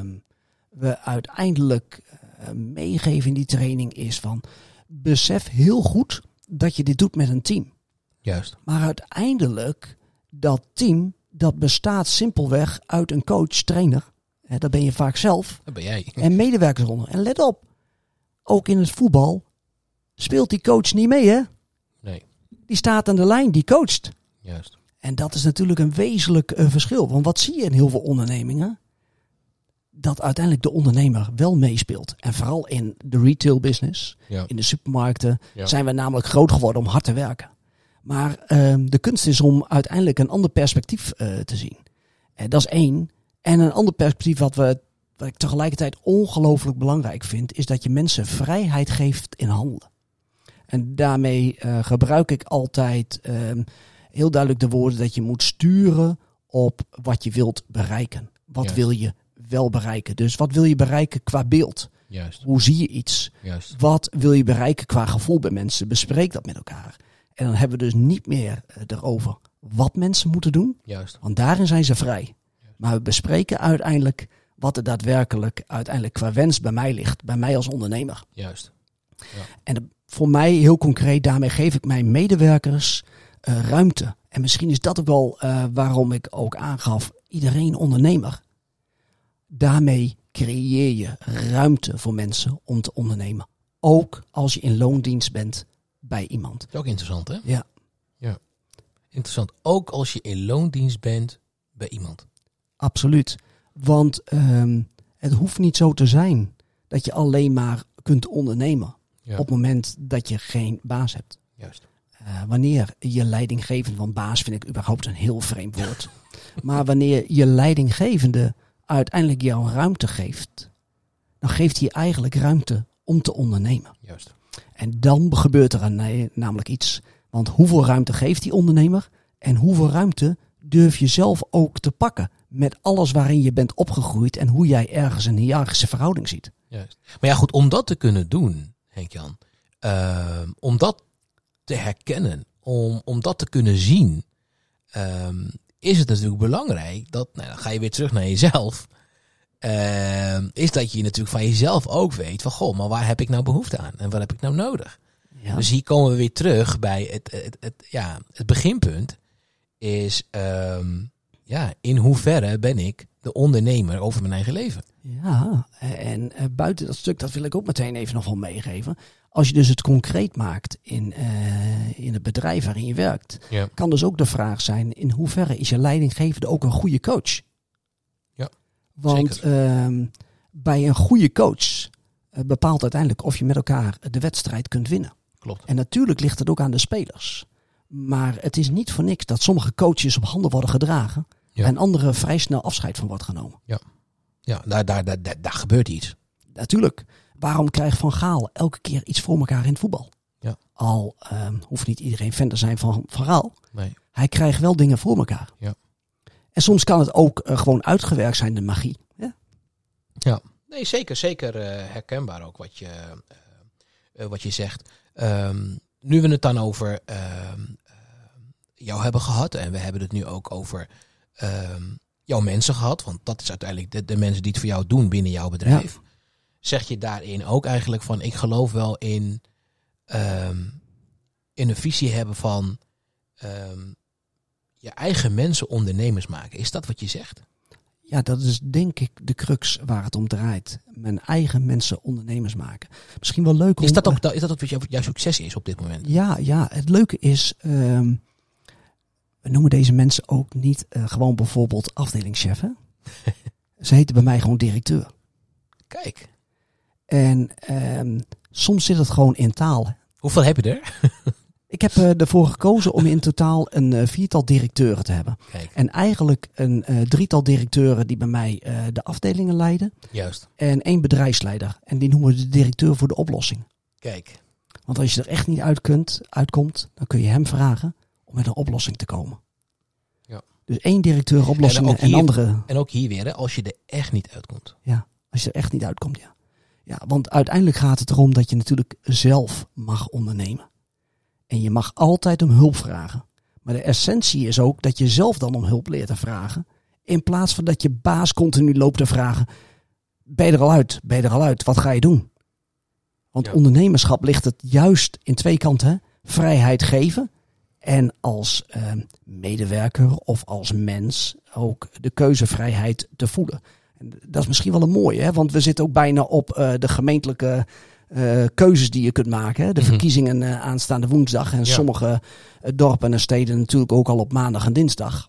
we uiteindelijk uh, meegeven in die training is van besef heel goed dat je dit doet met een team. Juist. Maar uiteindelijk, dat team, dat bestaat simpelweg uit een coach, trainer. Hè, dat ben je vaak zelf. Dat ben jij. En medewerkers onder. En let op, ook in het voetbal speelt die coach niet mee, hè? Nee. Die staat aan de lijn, die coacht. Juist. En dat is natuurlijk een wezenlijk uh, verschil. Want wat zie je in heel veel ondernemingen? Dat uiteindelijk de ondernemer wel meespeelt. En vooral in de retail business, ja. in de supermarkten, ja. zijn we namelijk groot geworden om hard te werken. Maar uh, de kunst is om uiteindelijk een ander perspectief uh, te zien. En dat is één. En een ander perspectief wat, we, wat ik tegelijkertijd ongelooflijk belangrijk vind, is dat je mensen vrijheid geeft in handelen. En daarmee uh, gebruik ik altijd uh, heel duidelijk de woorden dat je moet sturen op wat je wilt bereiken. Wat Juist. wil je wel bereiken? Dus wat wil je bereiken qua beeld? Juist. Hoe zie je iets? Juist. Wat wil je bereiken qua gevoel bij mensen? Bespreek dat met elkaar. En dan hebben we dus niet meer uh, erover wat mensen moeten doen. Juist. Want daarin zijn ze vrij. Juist. Maar we bespreken uiteindelijk wat er daadwerkelijk uiteindelijk qua wens bij mij ligt. Bij mij als ondernemer. Juist. Ja. En de, voor mij heel concreet, daarmee geef ik mijn medewerkers uh, ruimte. En misschien is dat ook wel uh, waarom ik ook aangaf, iedereen ondernemer. Daarmee creëer je ruimte voor mensen om te ondernemen. Ook als je in loondienst bent bij iemand. Dat is ook interessant, hè? Ja. Ja. Interessant. Ook als je in loondienst bent bij iemand. Absoluut. Want um, het hoeft niet zo te zijn dat je alleen maar kunt ondernemen. Ja. Op het moment dat je geen baas hebt. Juist. Uh, wanneer je leidinggevende, want baas vind ik überhaupt een heel vreemd woord. Maar wanneer je leidinggevende uiteindelijk jou ruimte geeft, dan geeft hij eigenlijk ruimte om te ondernemen. Juist. En dan gebeurt er een, namelijk iets. Want hoeveel ruimte geeft die ondernemer? En hoeveel ruimte durf je zelf ook te pakken met alles waarin je bent opgegroeid en hoe jij ergens een hiërarchische verhouding ziet. Juist. Maar ja goed, om dat te kunnen doen, Henk-Jan, uh, om dat te herkennen, om, om dat te kunnen zien, um, is het natuurlijk belangrijk dat, nou, dan ga je weer terug naar jezelf, uh, is dat je natuurlijk van jezelf ook weet van, goh, maar waar heb ik nou behoefte aan en wat heb ik nou nodig? Ja. Dus hier komen we weer terug bij het, het, het, het, ja, het beginpunt is, um, ja, in hoeverre ben ik de ondernemer over mijn eigen leven? Ja, en uh, buiten dat stuk, dat wil ik ook meteen even nog wel meegeven. Als je dus het concreet maakt in, uh, in het bedrijf waarin je werkt, ja. kan dus ook de vraag zijn, in hoeverre is je leidinggevende ook een goede coach? Ja, Want uh, bij een goede coach uh, bepaalt uiteindelijk of je met elkaar de wedstrijd kunt winnen. Klopt. En natuurlijk ligt het ook aan de spelers. Maar het is niet voor niks dat sommige coaches op handen worden gedragen, ja. en anderen vrij snel afscheid van wordt genomen. Ja, ja daar, daar, daar, daar, daar gebeurt iets. Natuurlijk. Waarom krijgt Van Gaal elke keer iets voor elkaar in het voetbal? Ja. Al um, hoeft niet iedereen fan te zijn van Van Gaal. Nee. Hij krijgt wel dingen voor elkaar. Ja. En soms kan het ook uh, gewoon uitgewerkt zijn, de magie. Ja, ja. Nee, zeker, zeker uh, herkenbaar ook wat je, uh, uh, wat je zegt. Um, nu we het dan over uh, uh, jou hebben gehad en we hebben het nu ook over uh, jouw mensen gehad. Want dat is uiteindelijk de, de mensen die het voor jou doen binnen jouw bedrijf. Ja. Zeg je daarin ook eigenlijk van, ik geloof wel in, um, in een visie hebben van um, je eigen mensen ondernemers maken. Is dat wat je zegt? Ja, dat is denk ik de crux waar het om draait. Mijn eigen mensen ondernemers maken. Misschien wel leuk om... Is dat ook, is dat ook wat jouw, jouw succes is op dit moment? Ja, ja, het leuke is, um, we noemen deze mensen ook niet uh, gewoon bijvoorbeeld afdelingschef. Hè? Ze heten bij mij gewoon directeur. Kijk. En um, soms zit het gewoon in taal. Hoeveel heb je er? Ik heb uh, ervoor gekozen om in totaal een uh, viertal directeuren te hebben. Kijk. En eigenlijk een uh, drietal directeuren die bij mij uh, de afdelingen leiden. Juist. En één bedrijfsleider. En die noemen we de directeur voor de oplossing. Kijk. Want als je er echt niet uit kunt, uitkomt, dan kun je hem vragen om met een oplossing te komen. Ja. Dus één directeur oplossingen en, en, hier, andere... En ook hier weer, hè, als je er echt niet uitkomt. Ja, als je er echt niet uitkomt, ja. Ja, want uiteindelijk gaat het erom dat je natuurlijk zelf mag ondernemen. En je mag altijd om hulp vragen. Maar de essentie is ook dat je zelf dan om hulp leert te vragen. In plaats van dat je baas continu loopt te vragen. Ben je er al uit? Ben je er al uit? Wat ga je doen? Want ja. ondernemerschap ligt het juist in twee kanten. Hè? Vrijheid geven. En als uh, medewerker of als mens ook de keuzevrijheid te voelen. En dat is misschien wel een mooie. Hè? Want we zitten ook bijna op uh, de gemeentelijke... Uh, keuzes die je kunt maken. Hè? De mm-hmm. verkiezingen uh, aanstaande woensdag. En ja. sommige uh, dorpen en steden natuurlijk ook al op maandag en dinsdag.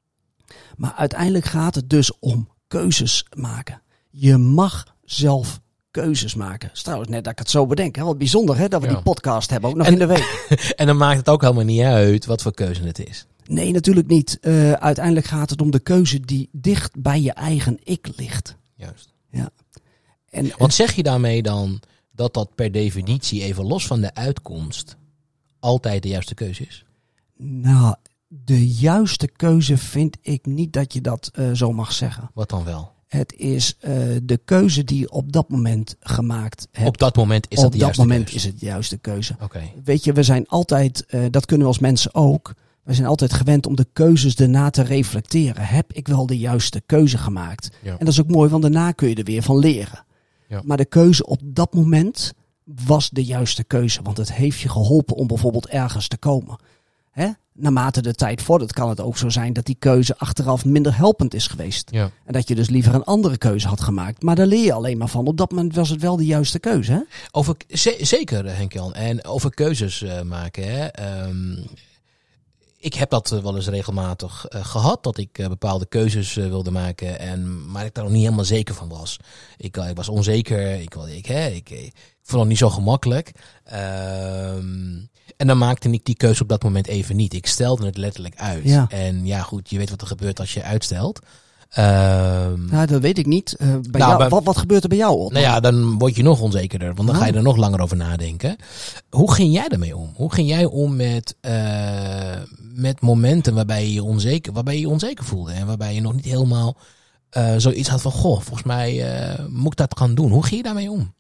Maar uiteindelijk gaat het dus om keuzes maken. Je mag zelf keuzes maken. Het is trouwens net dat ik het zo bedenk. Hè? Wat bijzonder hè? Dat we ja. die podcast hebben ook nog en, in de week. En dan maakt het ook helemaal niet uit wat voor keuze het is. Nee, natuurlijk niet. Uh, uiteindelijk gaat het om de keuze die dicht bij je eigen ik ligt. Juist. Ja. En, Want zeg je daarmee dan... dat dat per definitie, even los van de uitkomst, altijd de juiste keuze is? Nou, de juiste keuze vind ik niet dat je dat uh, zo mag zeggen. Wat dan wel? Het is uh, de keuze die je op dat moment gemaakt hebt. Op dat moment is dat op de dat juiste moment keuze? is het de juiste keuze. Okay. Weet je, we zijn altijd, uh, dat kunnen we als mensen ook, we zijn altijd gewend om de keuzes daarna te reflecteren. Heb ik wel de juiste keuze gemaakt? Ja. En dat is ook mooi, want daarna kun je er weer van leren. Ja. Maar de keuze op dat moment was de juiste keuze. Want het heeft je geholpen om bijvoorbeeld ergens te komen. Hè? Naarmate de tijd vordert kan het ook zo zijn dat die keuze achteraf minder helpend is geweest. Ja. En dat je dus liever een andere keuze had gemaakt. Maar daar leer je alleen maar van. Op dat moment was het wel de juiste keuze. Hè? Over, z- zeker, Henk-Jan. En over keuzes uh, maken. Hè? Um, ik heb dat uh, wel eens regelmatig uh, gehad. Dat ik uh, bepaalde keuzes uh, wilde maken. En, maar ik daar nog niet helemaal zeker van was. Ik, uh, ik was onzeker. Ik, ik, hè, ik, ik vond het niet zo gemakkelijk. Um, en dan maakte ik die keuze op dat moment even niet. Ik stelde het letterlijk uit. Ja. En ja goed, je weet wat er gebeurt als je uitstelt. Um, nou, dat weet ik niet. Uh, bij nou, jou, bij, wat, wat gebeurt er bij jou? Op? Nou ja, dan word je nog onzekerder. Want dan oh. ga je er nog langer over nadenken. Hoe ging jij daarmee om? Hoe ging jij om met, uh, met momenten waarbij je je onzeker, waarbij je je onzeker voelde? En waarbij je nog niet helemaal uh, zoiets had van... Goh, volgens mij uh, moet ik dat gaan doen. Hoe ging je daarmee om?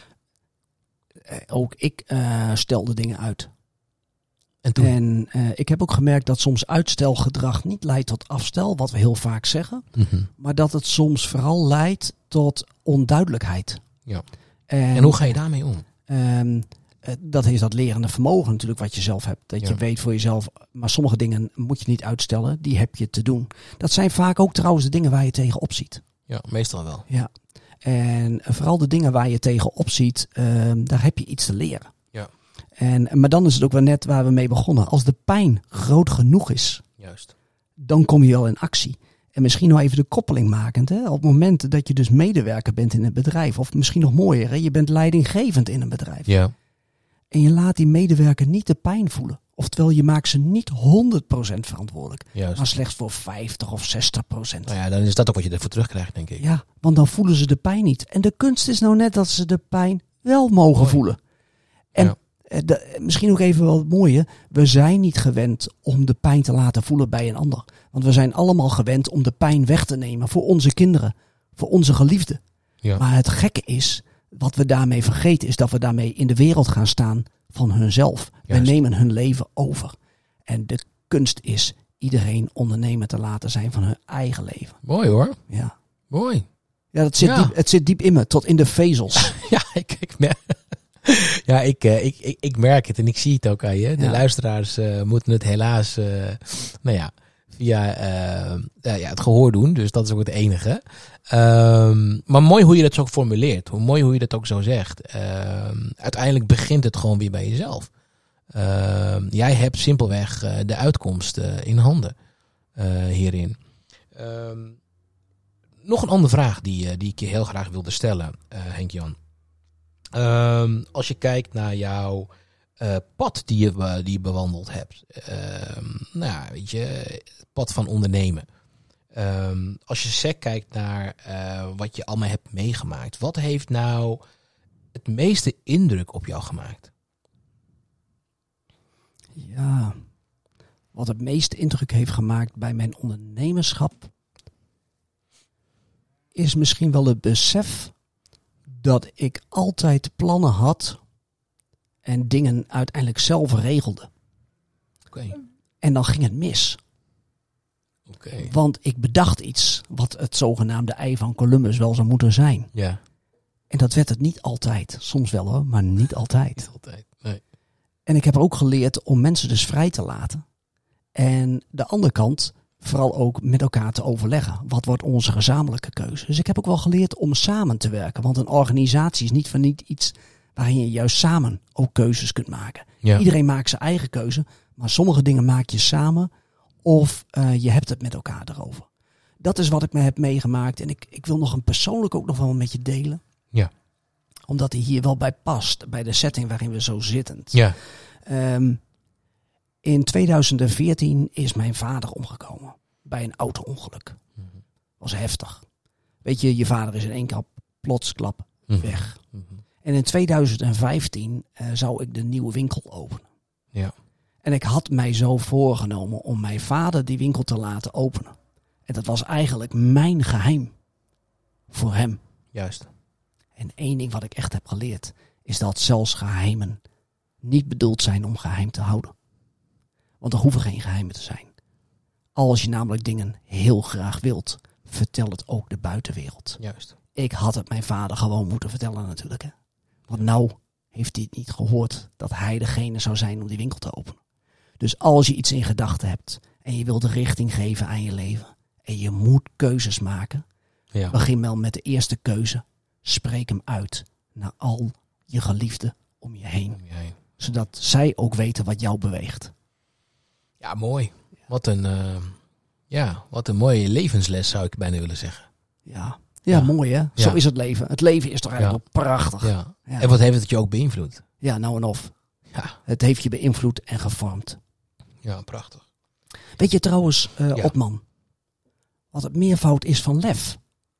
Uh, ook ik uh, stelde dingen uit. En, toen? en uh, ik heb ook gemerkt dat soms uitstelgedrag niet leidt tot afstel, wat we heel vaak zeggen. Mm-hmm. Maar dat het soms vooral leidt tot onduidelijkheid. Ja. En, en hoe ga je daarmee om? Um, dat is dat lerende vermogen natuurlijk wat je zelf hebt. Dat ja. je weet voor jezelf, maar sommige dingen moet je niet uitstellen. Die heb je te doen. Dat zijn vaak ook trouwens de dingen waar je tegenop ziet. Ja, meestal wel. Ja. En vooral de dingen waar je tegenop ziet, um, daar heb je iets te leren. Ja. En, maar dan is het ook wel net waar we mee begonnen. Als de pijn groot genoeg is, juist, dan kom je wel in actie. En misschien nog even de koppeling makend. Hè? Op het moment dat je dus medewerker bent in het bedrijf. Of misschien nog mooier, hè? Je bent leidinggevend in een bedrijf. Ja. En je laat die medewerker niet de pijn voelen. Oftewel, je maakt ze niet honderd procent verantwoordelijk. Juist. Maar slechts voor vijftig of zestig procent. Nou ja, dan is dat ook wat je ervoor terugkrijgt, denk ik. Ja, want dan voelen ze de pijn niet. En de kunst is nou net dat ze de pijn wel mogen Mooi. voelen. En ja. De, misschien ook even wel het mooie. We zijn niet gewend om de pijn te laten voelen bij een ander. Want we zijn allemaal gewend om de pijn weg te nemen voor onze kinderen. Voor onze geliefden. Ja. Maar het gekke is, wat we daarmee vergeten, is dat we daarmee in de wereld gaan staan van hunzelf. Juist. We nemen hun leven over. En de kunst is iedereen ondernemer te laten zijn van hun eigen leven. Mooi hoor. Ja. Mooi. Ja, dat zit, ja. Diep, het zit diep in me, tot in de vezels. Ja, ik, ik merk... Ja, ik, ik, ik, ik merk het en ik zie het ook aan je. De ja. luisteraars uh, moeten het helaas uh, nou ja, via uh, uh, ja, het gehoor doen. Dus dat is ook het enige. Um, maar mooi hoe je dat zo formuleert. Hoe mooi hoe je dat ook zo zegt. Um, uiteindelijk begint het gewoon weer bij jezelf. Um, jij hebt simpelweg uh, de uitkomst uh, in handen uh, hierin. Um, nog een andere vraag die, uh, die ik je heel graag wilde stellen, uh, Henk-Jan. Um, als je kijkt naar jouw uh, pad die je, uh, die je bewandeld hebt. Uh, nou ja, weet je, het pad van ondernemen. Um, als je sec kijkt naar uh, wat je allemaal hebt meegemaakt. Wat heeft nou het meeste indruk op jou gemaakt? Ja, wat het meeste indruk heeft gemaakt bij mijn ondernemerschap is misschien wel het besef dat ik altijd plannen had en dingen uiteindelijk zelf regelde. Okay. En dan ging het mis. Okay. Want ik bedacht iets wat het zogenaamde ei van Columbus wel zou moeten zijn. Ja. En dat werd het niet altijd. Soms wel hoor, maar niet altijd. Niet altijd, nee. En ik heb er ook geleerd om mensen dus vrij te laten. En de andere kant vooral ook met elkaar te overleggen. Wat wordt onze gezamenlijke keuze? Dus ik heb ook wel geleerd om samen te werken. Want een organisatie is niet van niet iets waarin je juist samen ook keuzes kunt maken. Ja. Iedereen maakt zijn eigen keuze. Maar sommige dingen maak je samen. Of uh, je hebt het met elkaar erover. Dat is wat ik me heb meegemaakt. En ik, ik wil nog een persoonlijk ook nog wel met je delen. Ja. Omdat hij hier wel bij past. Bij de setting waarin we zo zitten. Ja. Um, in tweeduizend veertien is mijn vader omgekomen. Bij een auto-ongeluk. Mm-hmm. Was heftig. Weet je, je vader is in één klap, plotsklap, Mm-hmm. weg. Mm-hmm. En in tweeduizend vijftien uh, zou ik de nieuwe winkel openen. Ja. En ik had mij zo voorgenomen om mijn vader die winkel te laten openen. En dat was eigenlijk mijn geheim voor hem. Juist. En één ding wat ik echt heb geleerd, is dat zelfs geheimen niet bedoeld zijn om geheim te houden. Want er hoeven geen geheimen te zijn. Als je namelijk dingen heel graag wilt, vertel het ook de buitenwereld. Juist. Ik had het mijn vader gewoon moeten vertellen natuurlijk. Hè. Want nou heeft hij het niet gehoord dat hij degene zou zijn om die winkel te openen. Dus als je iets in gedachten hebt en je wilt richting geven aan je leven en je moet keuzes maken, Ja. begin wel met de eerste keuze. Spreek hem uit naar al je geliefden om je heen. Om je heen. Zodat zij ook weten wat jou beweegt. Ja, mooi. Wat een, uh, ja, wat een mooie levensles zou ik bijna willen zeggen. Ja, ja, Ja. mooi hè. Zo Ja. is het leven. Het leven is toch eigenlijk Ja. wel prachtig. Ja. Ja. Ja. En wat heeft het je ook beïnvloed? ja, nou en of. Ja, Het heeft je beïnvloed en gevormd. ja, prachtig. Weet je trouwens, uh, Ja. Otman, wat het meervoud is van lef?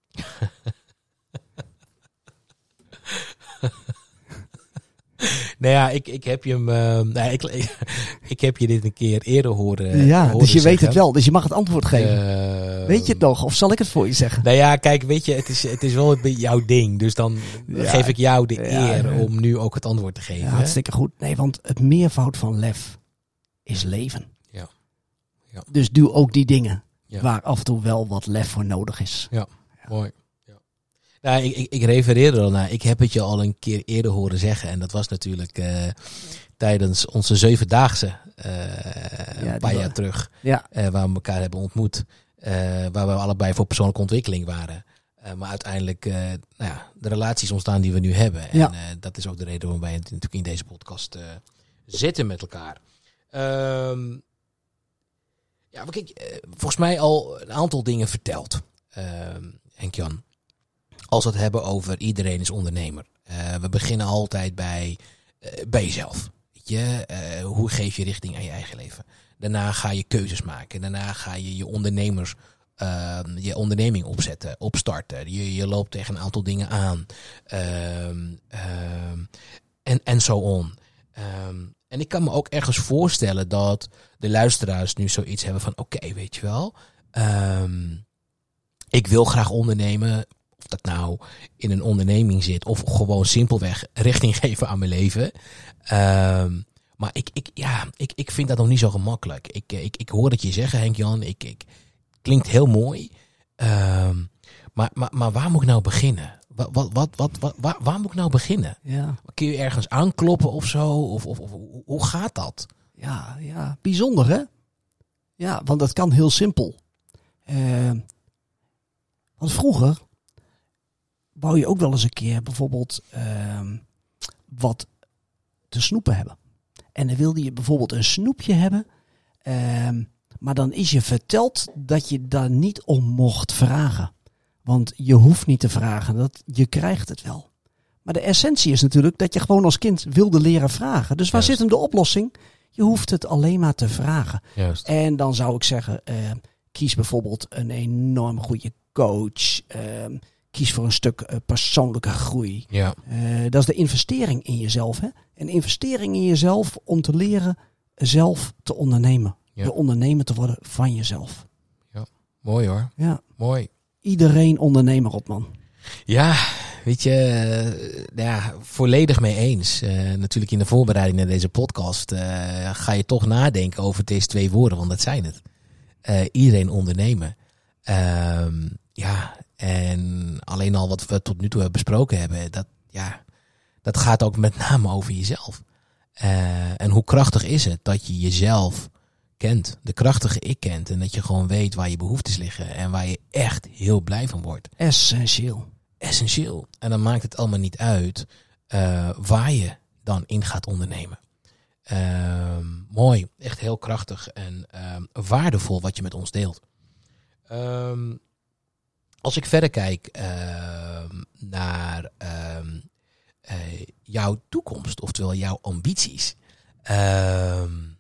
Nou ja, ik, ik heb je hem. Uh, nou, ik, ik, ik heb je dit een keer eerder horen. ja, horen dus je weet zeggen. het wel. Dus je mag het antwoord geven. Uh, weet je het nog? Of zal ik het voor je zeggen? Nou ja, kijk, weet je, het is, het is wel een beetje jouw ding. Dus dan Ja. geef ik jou de Ja, eer ja. om nu ook het antwoord te geven. Ja, hè? hartstikke goed. Nee, want het meervoud van lef is leven. Ja. Ja. Dus doe ook die dingen Ja. waar af en toe wel wat lef voor nodig is. Mooi. Ja. Nou, ik, ik, ik refereerde er al naar. Ik heb het je al een keer eerder horen zeggen. En dat was natuurlijk uh, tijdens onze zevendaagse uh, die een paar wa- jaar terug. Ja, Uh, waar we elkaar hebben ontmoet. Uh, waar we allebei voor persoonlijke ontwikkeling waren. Uh, maar uiteindelijk uh, nou ja, de relaties ontstaan die we nu hebben. En Ja. uh, dat is ook de reden waarom wij natuurlijk in deze podcast uh, zitten met elkaar. Um, ja, maar kijk, uh, volgens mij al een aantal dingen verteld. Um, Henk-Jan. Als we het hebben over iedereen is ondernemer. Uh, we beginnen altijd bij, uh, bij jezelf. Weet je, uh, hoe geef je richting aan je eigen leven? Daarna ga je keuzes maken. Daarna ga je je ondernemers, uh, je onderneming opzetten, opstarten. Je, je loopt tegen een aantal dingen aan. Um, um, en, en zo on. Um, en ik kan me ook ergens voorstellen dat de luisteraars nu zoiets hebben van oké, okay, weet je wel. Um, ik wil graag ondernemen. Of dat nou in een onderneming zit of gewoon simpelweg richting geven aan mijn leven. Um, maar ik, ik, ja, ik, ik vind dat nog niet zo gemakkelijk. Ik, ik, ik hoor het je zeggen, Henk-Jan. Ik, ik, klinkt heel mooi. Um, maar, maar, maar waar moet ik nou beginnen? Wat, wat, wat, wat, wat, waar, waar moet ik nou beginnen? ja, Kun je ergens aankloppen of zo? Of, of, of hoe gaat dat? ja, ja. Bijzonder hè? Ja, want dat kan heel simpel. Uh, want vroeger wou je ook wel eens een keer bijvoorbeeld uh, wat te snoepen hebben. En dan wilde je bijvoorbeeld een snoepje hebben. Uh, maar dan is je verteld dat je daar niet om mocht vragen. Want je hoeft niet te vragen. Dat, je krijgt het wel. Maar de essentie is natuurlijk dat je gewoon als kind wilde leren vragen. Dus waar Juist. zit hem de oplossing? Je hoeft het alleen maar te vragen. Juist. En dan zou ik zeggen, uh, kies bijvoorbeeld een enorm goede coach. Uh, kies voor een stuk uh, persoonlijke groei. Ja. Uh, dat is de investering in jezelf. Hè? Een investering in jezelf om te leren zelf te ondernemen. Ja. De ondernemer te worden van jezelf. Mooi hoor. Ja. Mooi. Iedereen ondernemer op, man. Ja, weet je, uh, ja, volledig mee eens. Uh, natuurlijk in de voorbereiding naar deze podcast uh, ga je toch nadenken over deze twee woorden, want dat zijn het. Uh, iedereen ondernemen. Uh, ja, en alleen al wat we tot nu toe hebben besproken hebben, dat, ja, dat gaat ook met name over jezelf. Uh, en hoe krachtig is het dat je jezelf kent, de krachtige ik kent en dat je gewoon weet waar je behoeftes liggen en waar je echt heel blij van wordt. Essentieel. Essentieel. En dan maakt het allemaal niet uit uh, waar je dan in gaat ondernemen. Uh, mooi, echt heel krachtig en uh, waardevol wat je met ons deelt. Um, als ik verder kijk uh, naar uh, uh, jouw toekomst, oftewel jouw ambities. Uh,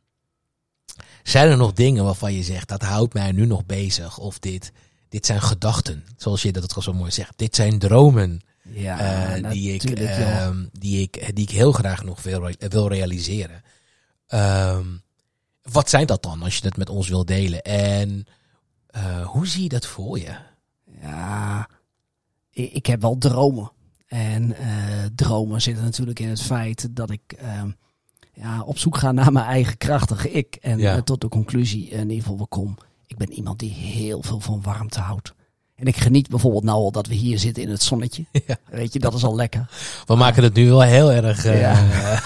zijn er nog dingen waarvan je zegt, dat houdt mij nu nog bezig? Of dit, dit zijn gedachten, zoals je dat zo mooi zegt. Dit zijn dromen ja, uh, die, ik, uh, uh, die, ik, die ik heel graag nog wil, wil realiseren. Uh, wat zijn dat dan, als je dat met ons wil delen? En uh, hoe zie je dat voor je? Ja, ik, ik heb wel dromen. En uh, dromen zitten natuurlijk in het feit dat ik uh, ja, op zoek ga naar mijn eigen krachtige ik. En ja. uh, tot de conclusie in ieder geval kom. Ik ben iemand die heel veel van warmte houdt. En ik geniet bijvoorbeeld nou al dat we hier zitten in het zonnetje. Ja. Weet je, dat is al lekker. We maken het nu wel heel erg... Uh, ja.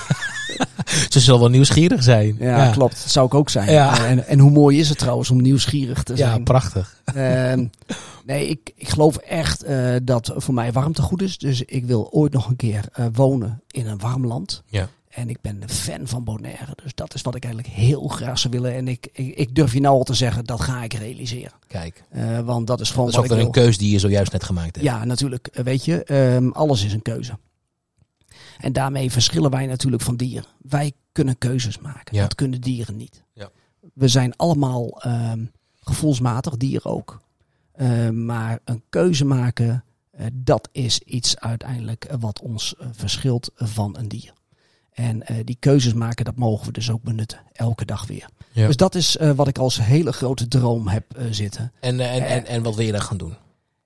Ze zullen wel nieuwsgierig zijn. Ja, ja. Klopt. Dat zou ik ook zijn. Ja. En, en hoe mooi is het trouwens om nieuwsgierig te zijn. Ja, prachtig. Uh, nee, ik, ik geloof echt uh, dat voor mij warmte goed is. Dus ik wil ooit nog een keer uh, wonen in een warm land. Ja. En ik ben een fan van Bonaire. Dus dat is wat ik eigenlijk heel graag zou willen. En ik, ik, ik durf je nou al te zeggen, dat ga ik realiseren. Kijk. Uh, want dat is gewoon dat is ook weer een keus die je zojuist net gemaakt hebt. Ja, natuurlijk. Uh, weet je, um, alles is een keuze. En daarmee verschillen wij natuurlijk van dieren. Wij kunnen keuzes maken. Ja. Dat kunnen dieren niet. Ja. We zijn allemaal um, gevoelsmatig, dieren ook. Uh, maar een keuze maken, uh, dat is iets uiteindelijk wat ons uh, verschilt van een dier. En uh, die keuzes maken, dat mogen we dus ook benutten. Elke dag weer. Ja. Dus dat is uh, wat ik als hele grote droom heb uh, zitten. En, uh, en, en, en wat wil je dan gaan doen?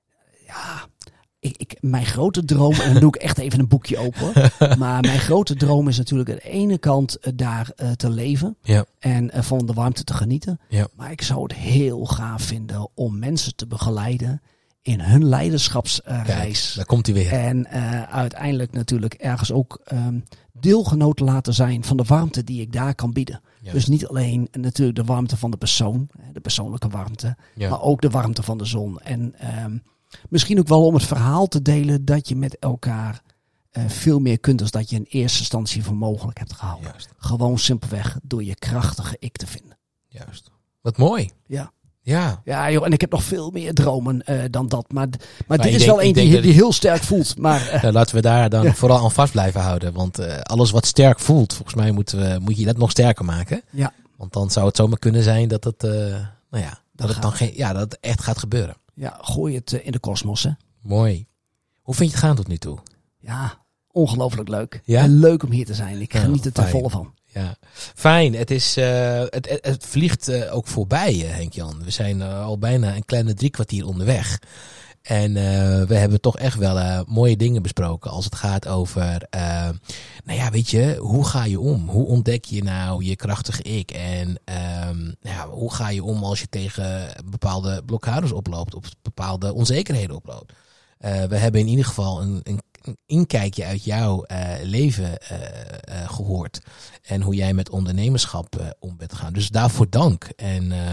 Ja... Ik, ik, mijn grote droom, en dan doe ik echt even een boekje open. Maar mijn grote droom is natuurlijk aan de ene kant uh, daar uh, te leven. Ja. En uh, van de warmte te genieten. Ja. Maar ik zou het heel gaaf vinden om mensen te begeleiden in hun leiderschapsreis. Uh, daar komt hij weer. En uh, uiteindelijk natuurlijk ergens ook um, deelgenoot laten zijn van de warmte die ik daar kan bieden. Ja. Dus niet alleen natuurlijk de warmte van de persoon, de persoonlijke warmte. Ja. Maar ook de warmte van de zon. En... Um, Misschien ook wel om het verhaal te delen dat je met elkaar uh, veel meer kunt dan dat je in eerste instantie voor mogelijk hebt gehouden. Juist. Gewoon simpelweg door je krachtige ik te vinden. Juist. Wat mooi. Ja. Ja. Ja, joh, en ik heb nog veel meer dromen uh, dan dat. Maar, maar, maar dit is denk, wel een die, die heel sterk voelt. Maar, uh, ja, laten we daar dan ja. vooral aan vast blijven houden. Want uh, alles wat sterk voelt, volgens mij moeten we, moet je dat nog sterker maken. Ja. Want dan zou het zomaar kunnen zijn dat het, uh, nou ja, dat, dat het dan geen, ja, dat het echt gaat gebeuren. Ja, gooi het uh, in de kosmos, hè. Mooi. Hoe vind je het gaan tot nu toe? Ja, ongelooflijk leuk. Ja? En leuk om hier te zijn. Ik geniet ja, er ten volle van. Ja, fijn. Het, is, uh, het, het, het vliegt uh, ook voorbij, uh, Henk-Jan. We zijn uh, al bijna een kleine drie kwartier onderweg. En uh, we hebben toch echt wel uh, mooie dingen besproken als het gaat over, uh, nou ja, weet je, hoe ga je om? Hoe ontdek je nou je krachtige ik? En um, ja, hoe ga je om als je tegen bepaalde blokkades oploopt of bepaalde onzekerheden oploopt? Uh, we hebben in ieder geval een, een, een inkijkje uit jouw uh, leven uh, uh, gehoord. En hoe jij met ondernemerschap uh, om bent gegaan. Dus daarvoor dank. En uh,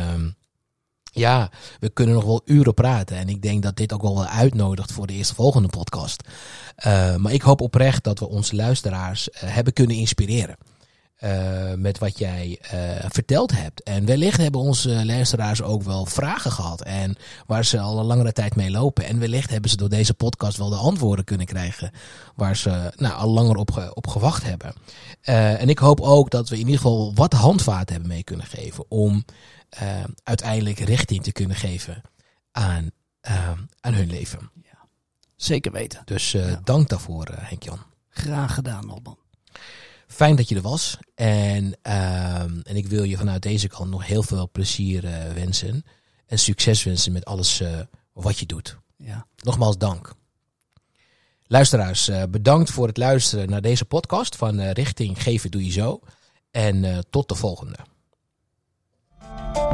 ja, we kunnen nog wel uren praten. En ik denk dat dit ook wel wel uitnodigt voor de eerste volgende podcast. Uh, maar ik hoop oprecht dat we onze luisteraars uh, hebben kunnen inspireren. uh, met wat jij uh, verteld hebt. En wellicht hebben onze luisteraars ook wel vragen gehad. En waar ze al een langere tijd mee lopen. En wellicht hebben ze door deze podcast wel de antwoorden kunnen krijgen. Waar ze nou, al langer op, ge, op gewacht hebben. Uh, en ik hoop ook dat we in ieder geval wat handvaten hebben mee kunnen geven. Om uh, uiteindelijk richting te kunnen geven aan, uh, aan hun leven. Ja, zeker weten. Dus uh, ja. dank daarvoor, uh, Henk-Jan. Graag gedaan, Norman. Fijn dat je er was. En, uh, en ik wil je vanuit deze kant nog heel veel plezier uh, wensen. En succes wensen met alles uh, wat je doet. Ja. Nogmaals dank. Luisteraars, uh, bedankt voor het luisteren naar deze podcast van uh, Richting Geven Doe Je Zo. En uh, tot de volgende.